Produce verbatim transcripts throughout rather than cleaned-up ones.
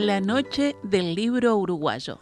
La noche del libro uruguayo.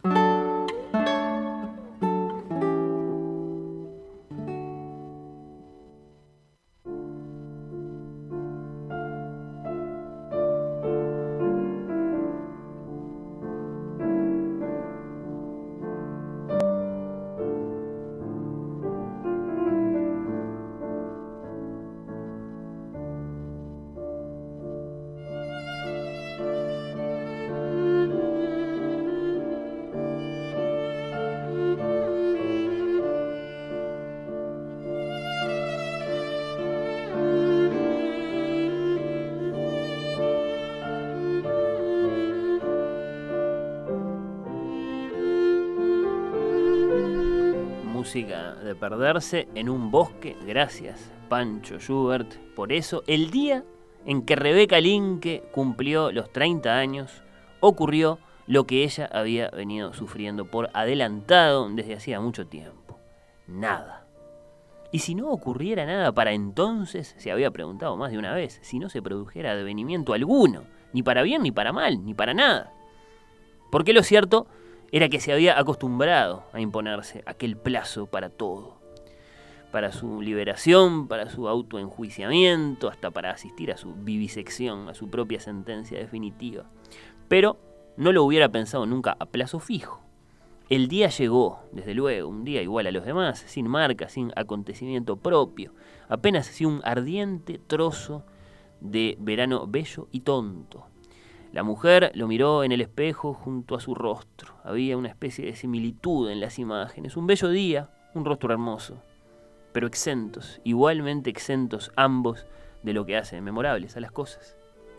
Música de perderse en un bosque, gracias Pancho Schubert. Por eso, el día en que Rebeca Linke cumplió los treinta años, ocurrió lo que ella había venido sufriendo por adelantado desde hacía mucho tiempo. Nada. Y si no ocurriera nada para entonces, se había preguntado más de una vez, si no se produjera advenimiento alguno, ni para bien, ni para mal, ni para nada. Porque lo cierto era que se había acostumbrado a imponerse aquel plazo para todo. Para su liberación, para su autoenjuiciamiento, hasta para asistir a su vivisección, a su propia sentencia definitiva. Pero no lo hubiera pensado nunca a plazo fijo. El día llegó, desde luego, un día igual a los demás, sin marca, sin acontecimiento propio, apenas así un ardiente trozo de verano bello y tonto. La mujer lo miró en el espejo junto a su rostro. Había una especie de similitud en las imágenes. Un bello día, un rostro hermoso, pero exentos, igualmente exentos ambos de lo que hace memorables a las cosas.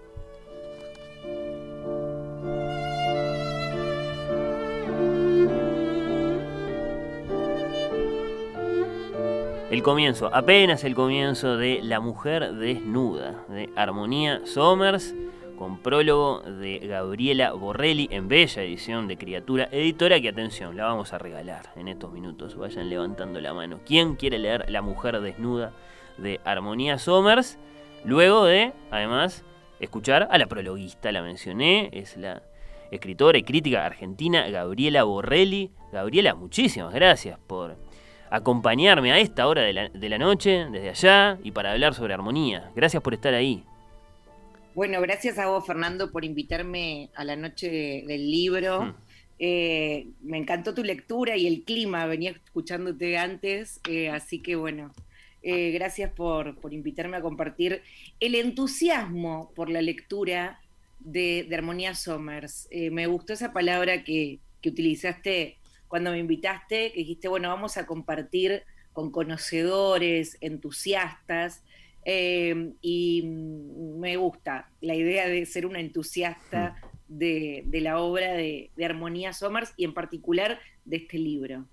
El comienzo, apenas el comienzo de La mujer desnuda, de Armonía Somers, con prólogo de Gabriela Borrelli en bella edición de Criatura Editora, que atención, la vamos a regalar en estos minutos. Vayan levantando la mano. ¿Quién quiere leer La mujer desnuda de Armonía Somers? Luego de, además, escuchar a la prologuista, la mencioné, es la escritora y crítica argentina Gabriela Borrelli. Gabriela, muchísimas gracias por acompañarme a esta hora de la, de la noche, desde allá, y para hablar sobre armonía. Gracias por estar ahí. Bueno, gracias a vos, Fernando, por invitarme a la noche de, del libro. Mm. Eh, me encantó tu lectura y el clima, venía escuchándote antes, eh, así que bueno, eh, gracias por, por invitarme a compartir el entusiasmo por la lectura de, de Armonía Somers. Eh, me gustó esa palabra que, que utilizaste cuando me invitaste, que dijiste, bueno, vamos a compartir con conocedores, entusiastas. Eh, y me gusta la idea de ser una entusiasta de, de la obra de, de Armonía Somers y en particular de este libro.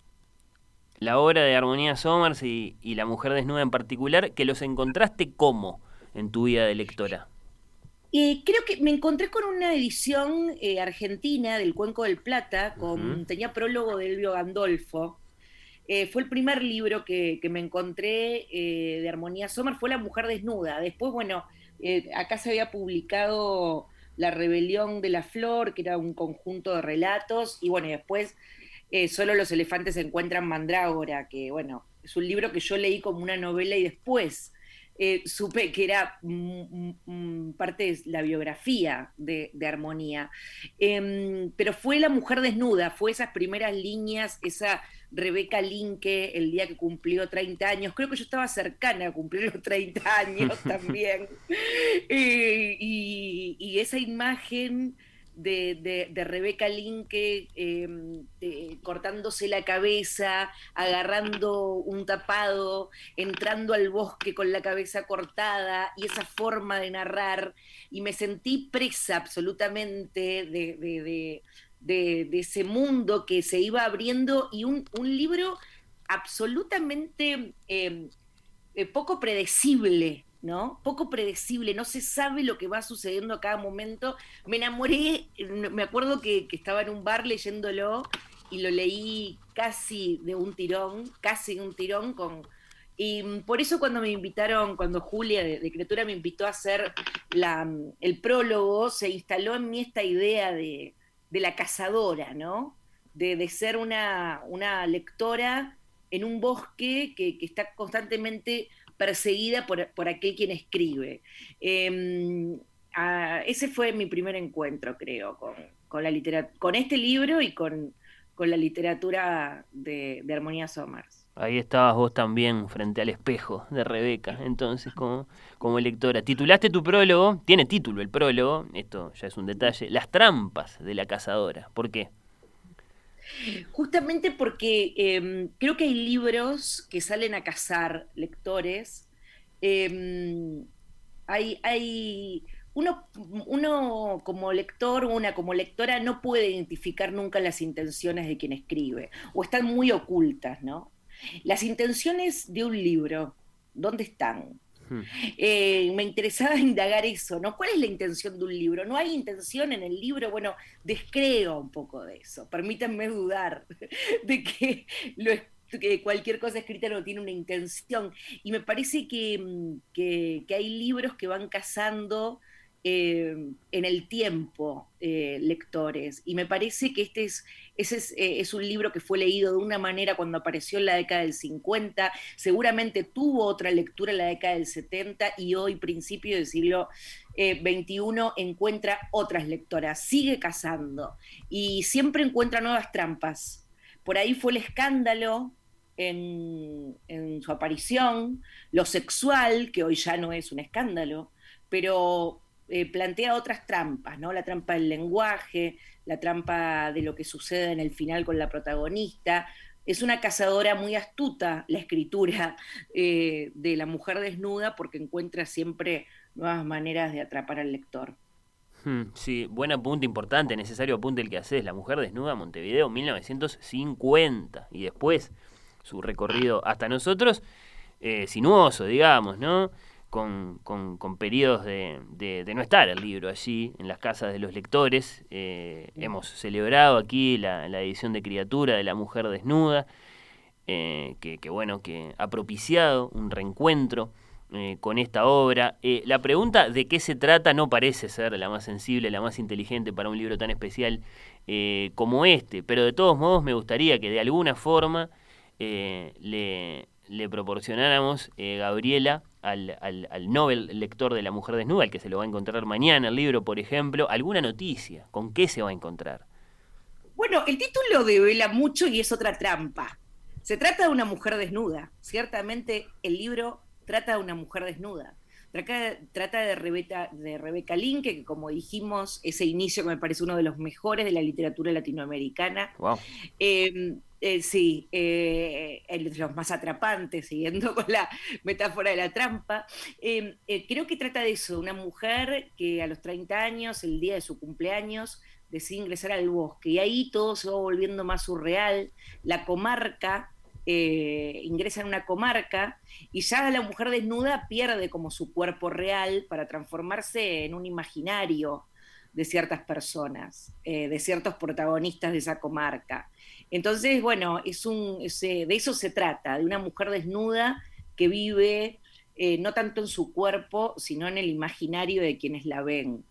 La obra de Armonía Somers y, y La mujer desnuda en particular, que los encontraste ¿cómo en tu vida de lectora? Eh, creo que me encontré con una edición eh, argentina del Cuenco del Plata, con, uh-huh. tenía prólogo de Elvio Gandolfo. Eh, fue el primer libro que, que me encontré eh, de Armonía Somers, fue La mujer desnuda. Después, bueno, eh, acá se había publicado La rebelión de la flor, que era un conjunto de relatos, y bueno, y después eh, Solo los elefantes encuentran mandrágora, que bueno, es un libro que yo leí como una novela y después eh, supe que era mm, mm, parte de la biografía de, de Armonía. Eh, pero fue La mujer desnuda, fue esas primeras líneas, esa Rebeca Linke, el día que cumplió treinta años, creo que yo estaba cercana a cumplir los treinta años también, eh, y, y esa imagen de, de, de Rebeca Linke eh, de, cortándose la cabeza, agarrando un tapado, entrando al bosque con la cabeza cortada, y esa forma de narrar, y me sentí presa absolutamente de... de, de De, de ese mundo que se iba abriendo, y un, un libro absolutamente eh, eh, poco predecible, ¿no? Poco predecible, no se sabe lo que va sucediendo a cada momento. Me enamoré, me acuerdo que, que estaba en un bar leyéndolo y lo leí casi de un tirón, casi de un tirón con... Y por eso cuando me invitaron, cuando Julia de, de Criatura me invitó a hacer la, el prólogo, se instaló en mí esta idea de de la cazadora, ¿no? De, de ser una, una lectora en un bosque que, que está constantemente perseguida por, por aquel quien escribe. Eh, a, ese fue mi primer encuentro, creo, con, con, la literatura, con este libro y con, con la literatura de, de Armonía Somers. Ahí estabas vos también frente al espejo de Rebeca, entonces como, como lectora. Titulaste tu prólogo, tiene título el prólogo, esto ya es un detalle, Las trampas de la cazadora. ¿Por qué? Justamente porque eh, creo que hay libros que salen a cazar lectores. Eh, hay, hay uno, uno como lector o una como lectora no puede identificar nunca las intenciones de quien escribe, o están muy ocultas, ¿no? Las intenciones de un libro, ¿dónde están? Hmm. Eh, me interesaba indagar eso, ¿no? ¿Cuál es la intención de un libro? ¿No hay intención en el libro? Bueno, descreo un poco de eso. Permítanme dudar de que, lo, que cualquier cosa escrita no tiene una intención. Y me parece que, que, que hay libros que van cazando Eh, en el tiempo eh, lectores, y me parece que este es, ese es, eh, es un libro que fue leído de una manera cuando apareció en la década del cincuenta, seguramente tuvo otra lectura en la década del setenta, y hoy, principio del siglo eh, veintiuno, encuentra otras lectoras, sigue cazando y siempre encuentra nuevas trampas. Por ahí fue el escándalo en, en su aparición, lo sexual, que hoy ya no es un escándalo, pero Eh, plantea otras trampas, ¿no? La trampa del lenguaje, la trampa de lo que sucede en el final con la protagonista. Es una cazadora muy astuta, la escritura eh, de La mujer desnuda, porque encuentra siempre nuevas maneras de atrapar al lector. Sí, buen apunte, importante, necesario apunte el que haces. La mujer desnuda, Montevideo, mil novecientos cincuenta. Y después su recorrido hasta nosotros, eh, sinuoso, digamos, ¿no? Con, con, con periodos de, de, de no estar el libro allí en las casas de los lectores. Eh, hemos celebrado aquí la, la edición de Criatura de La mujer desnuda, eh, que, que bueno, que ha propiciado un reencuentro eh, con esta obra. Eh, la pregunta de qué se trata no parece ser la más sensible, la más inteligente para un libro tan especial eh, como este, pero de todos modos me gustaría que de alguna forma eh, le, le proporcionáramos, eh, Gabriela, Al, al, al Nobel lector de La mujer desnuda, al que se lo va a encontrar mañana el libro, por ejemplo, alguna noticia, ¿con qué se va a encontrar? Bueno, el título devela mucho y es otra trampa. Se trata de una mujer desnuda. Ciertamente el libro trata de una mujer desnuda. Trata, trata de, Rebeca, de Rebeca Linke, que como dijimos, ese inicio que me parece uno de los mejores de la literatura latinoamericana. Wow. Eh, Eh, sí, eh, los más atrapantes, siguiendo con la metáfora de la trampa. Eh, eh, creo que trata de eso, una mujer que a los treinta años, el día de su cumpleaños, decide ingresar al bosque, y ahí todo se va volviendo más surreal. La comarca, eh, ingresa en una comarca, y ya la mujer desnuda pierde como su cuerpo real para transformarse en un imaginario de ciertas personas, eh, de ciertos protagonistas de esa comarca. Entonces, bueno, es un, es, de eso se trata, de una mujer desnuda que vive eh, no tanto en su cuerpo, sino en el imaginario de quienes la ven.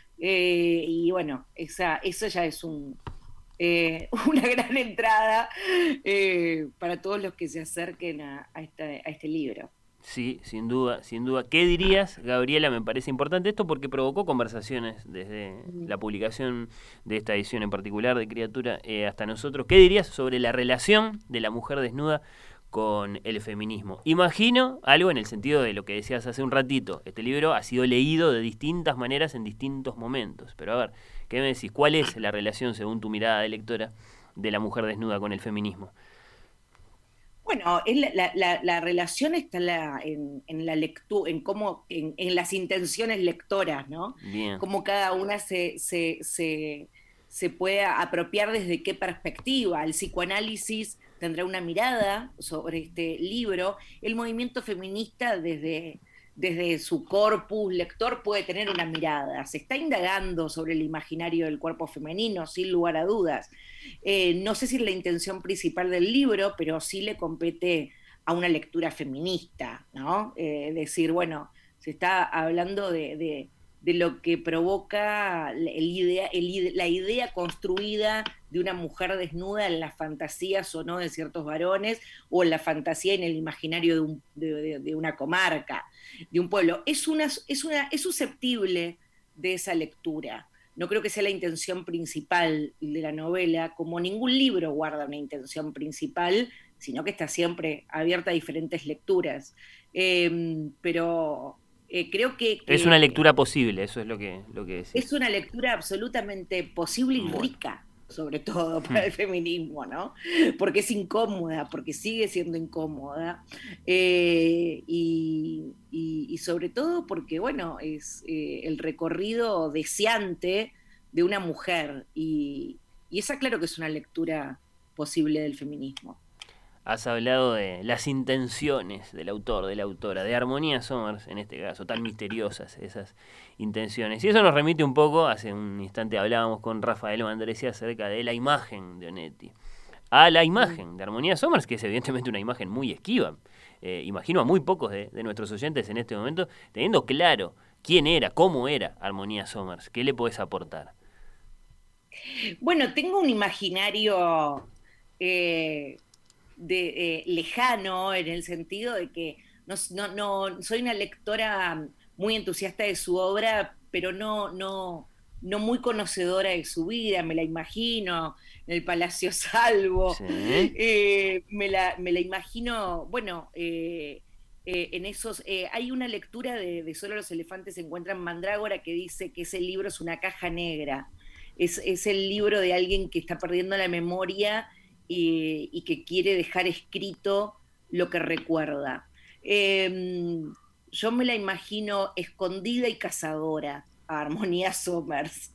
Eh, y bueno, esa, eso ya es un, eh, una gran entrada eh, para todos los que se acerquen a, a, esta, a este libro. Sí, sin duda, sin duda. ¿Qué dirías, Gabriela? Me parece importante esto porque provocó conversaciones desde la publicación de esta edición en particular de Criatura eh, hasta nosotros. ¿Qué dirías sobre la relación de la mujer desnuda con el feminismo? Imagino algo en el sentido de lo que decías hace un ratito. Este libro ha sido leído de distintas maneras en distintos momentos. Pero a ver, ¿qué me decís? ¿Cuál es la relación, según tu mirada de lectora, de la mujer desnuda con el feminismo? Bueno, es la, la, la, la relación está la, en, en la lectura, en cómo, en, en las intenciones lectoras, ¿no? Bien. Cómo cada una se, se, se, se puede apropiar desde qué perspectiva. El psicoanálisis tendrá una mirada sobre este libro, el movimiento feminista desde, desde su corpus lector puede tener una mirada. Se está indagando sobre el imaginario del cuerpo femenino, sin lugar a dudas. Eh, no sé si es la intención principal del libro, pero sí le compete a una lectura feminista, ¿no? Eh, decir, bueno, se está hablando de, de, de lo que provoca el idea, el, la idea construida de una mujer desnuda en las fantasías o no de ciertos varones, o en la fantasía en el imaginario de, un, de, de, de una comarca, de un pueblo. Es, una, es, una, es susceptible de esa lectura. No creo que sea la intención principal de la novela, como ningún libro guarda una intención principal, sino que está siempre abierta a diferentes lecturas. Eh, pero... Eh, creo que, que... Es una lectura posible, eso es lo que, lo que decís. Es una lectura absolutamente posible y bueno. rica, sobre todo para hmm. el feminismo, ¿no? Porque es incómoda, porque sigue siendo incómoda, eh, y, y, y sobre todo porque, bueno, es eh, el recorrido deseante de una mujer, y, y esa claro que es una lectura posible del feminismo. Has hablado de las intenciones del autor, de la autora, de Armonía Somers, en este caso, tan misteriosas esas intenciones. Y eso nos remite un poco, hace un instante hablábamos con Rafael Mandresi acerca de la imagen de Onetti, a la imagen de Armonía Somers, que es evidentemente una imagen muy esquiva. Eh, imagino a muy pocos de, de nuestros oyentes en este momento teniendo claro quién era, cómo era Armonía Somers. ¿Qué le podés aportar? Bueno, tengo un imaginario... Eh... De, eh, lejano, en el sentido de que no, no, no soy una lectora muy entusiasta de su obra, pero no, no, no muy conocedora de su vida. Me la imagino en el Palacio Salvo, ¿sí? eh, me, la, me la imagino, bueno, eh, eh, en esos, eh, hay una lectura de, de Solo los elefantes se encuentran Mandrágora que dice que ese libro es una caja negra, es, es el libro de alguien que está perdiendo la memoria Y, y que quiere dejar escrito lo que recuerda. Eh, yo me la imagino escondida y cazadora a Armonía Somers,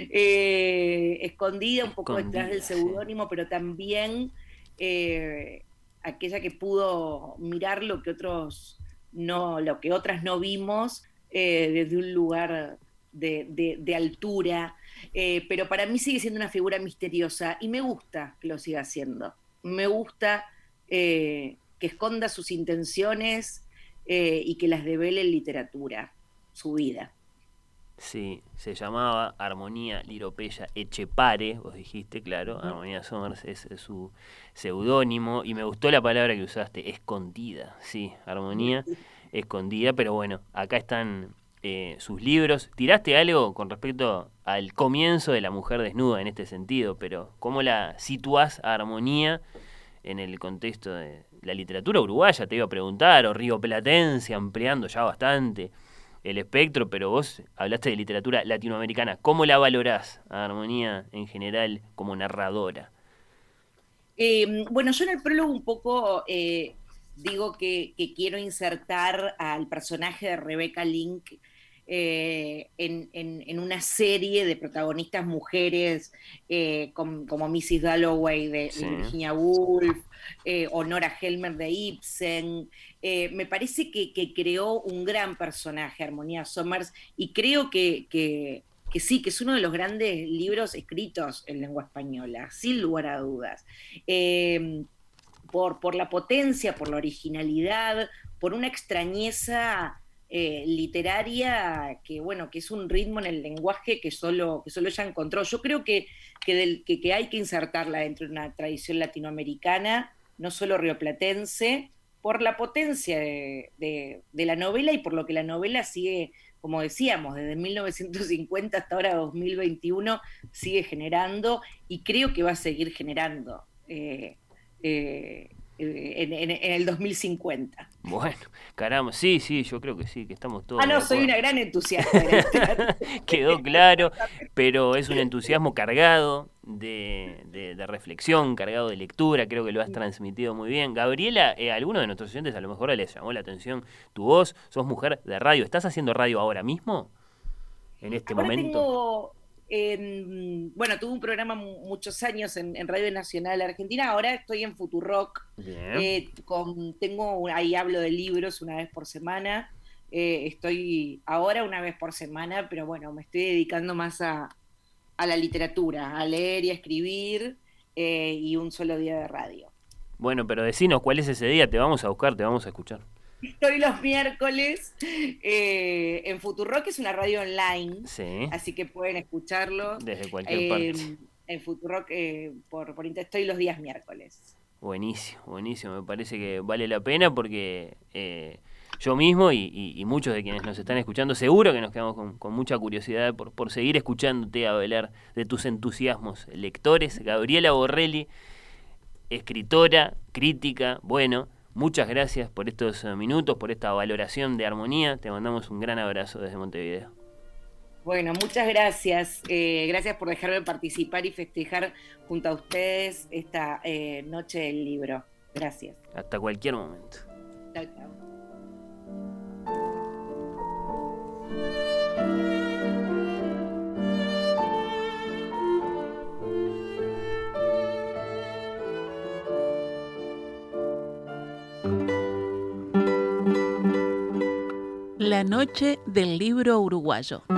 eh, escondida un poco escondida, detrás del seudónimo, sí. Pero también eh, aquella que pudo mirar lo que otros no, lo que otras no vimos eh, desde un lugar de, de, de altura. Eh, pero para mí sigue siendo una figura misteriosa y me gusta que lo siga haciendo. Me gusta eh, que esconda sus intenciones eh, y que las devele en literatura, su vida. Sí, se llamaba Armonía Liropeya Echepare, vos dijiste, claro, uh-huh. Armonía Somers es, es su seudónimo, y me gustó la palabra que usaste, escondida, sí, Armonía uh-huh. escondida, pero bueno, acá están... Eh, sus libros. Tiraste algo con respecto al comienzo de La mujer desnuda en este sentido, pero ¿cómo la situás a Armonía en el contexto de la literatura uruguaya? Te iba a preguntar, o rioplatense, ampliando ya bastante el espectro, pero vos hablaste de literatura latinoamericana. ¿Cómo la valorás a Armonía en general como narradora? Eh, bueno, yo en el prólogo un poco... Eh... digo que, que quiero insertar al personaje de Rebecca Link eh, en, en, en una serie de protagonistas mujeres eh, com, como missus Dalloway de, sí. de Virginia Woolf, eh, o Nora Helmer de Ibsen. Eh, me parece que, que creó un gran personaje, Armonía Somers, y creo que, que, que sí, que es uno de los grandes libros escritos en lengua española, sin lugar a dudas. Eh, Por, por la potencia, por la originalidad, por una extrañeza eh, literaria que, bueno, que es un ritmo en el lenguaje que solo, que solo ella encontró. Yo creo que, que, del, que, que hay que insertarla dentro de una tradición latinoamericana, no solo rioplatense, por la potencia de, de, de la novela y por lo que la novela sigue, como decíamos, desde mil novecientos cincuenta hasta ahora dos mil veintiuno, sigue generando y creo que va a seguir generando. Eh, Eh, en, en, en el dos mil cincuenta. Bueno, caramba, sí, sí, yo creo que sí, que estamos todos... Ah, no, soy una gran entusiasta. De Quedó claro, pero es un entusiasmo cargado de, de, de reflexión, cargado de lectura, creo que lo has transmitido muy bien. Gabriela, eh, alguno de nuestros oyentes a lo mejor les llamó la atención tu voz, sos mujer de radio, ¿estás haciendo radio ahora mismo? En este ahora momento. Tengo... En, bueno, tuve un programa muchos años en, en Radio Nacional Argentina, ahora estoy en Futurock, eh, con, tengo, ahí hablo de libros una vez por semana, eh, estoy ahora una vez por semana, pero bueno, me estoy dedicando más a, a la literatura, a leer y a escribir, eh, y un solo día de radio. Bueno, pero decinos cuál es ese día, te vamos a buscar, te vamos a escuchar. Estoy los miércoles eh, en Futurock, que es una radio online, Sí. así que pueden escucharlo. Desde cualquier eh, parte. En Futurock eh, por, por internet. Estoy los días miércoles. Buenísimo, buenísimo. Me parece que vale la pena porque eh, yo mismo y, y, y muchos de quienes nos están escuchando, seguro que nos quedamos con, con mucha curiosidad por, por seguir escuchándote hablar de tus entusiasmos lectores. Gabriela Borrelli, escritora, crítica, bueno, muchas gracias por estos minutos, por esta valoración de Armonía. Te mandamos un gran abrazo desde Montevideo. Bueno, muchas gracias. Eh, gracias por dejarme participar y festejar junto a ustedes esta eh, noche del libro. Gracias. Hasta cualquier momento. Chao, chao. La noche del libro uruguayo.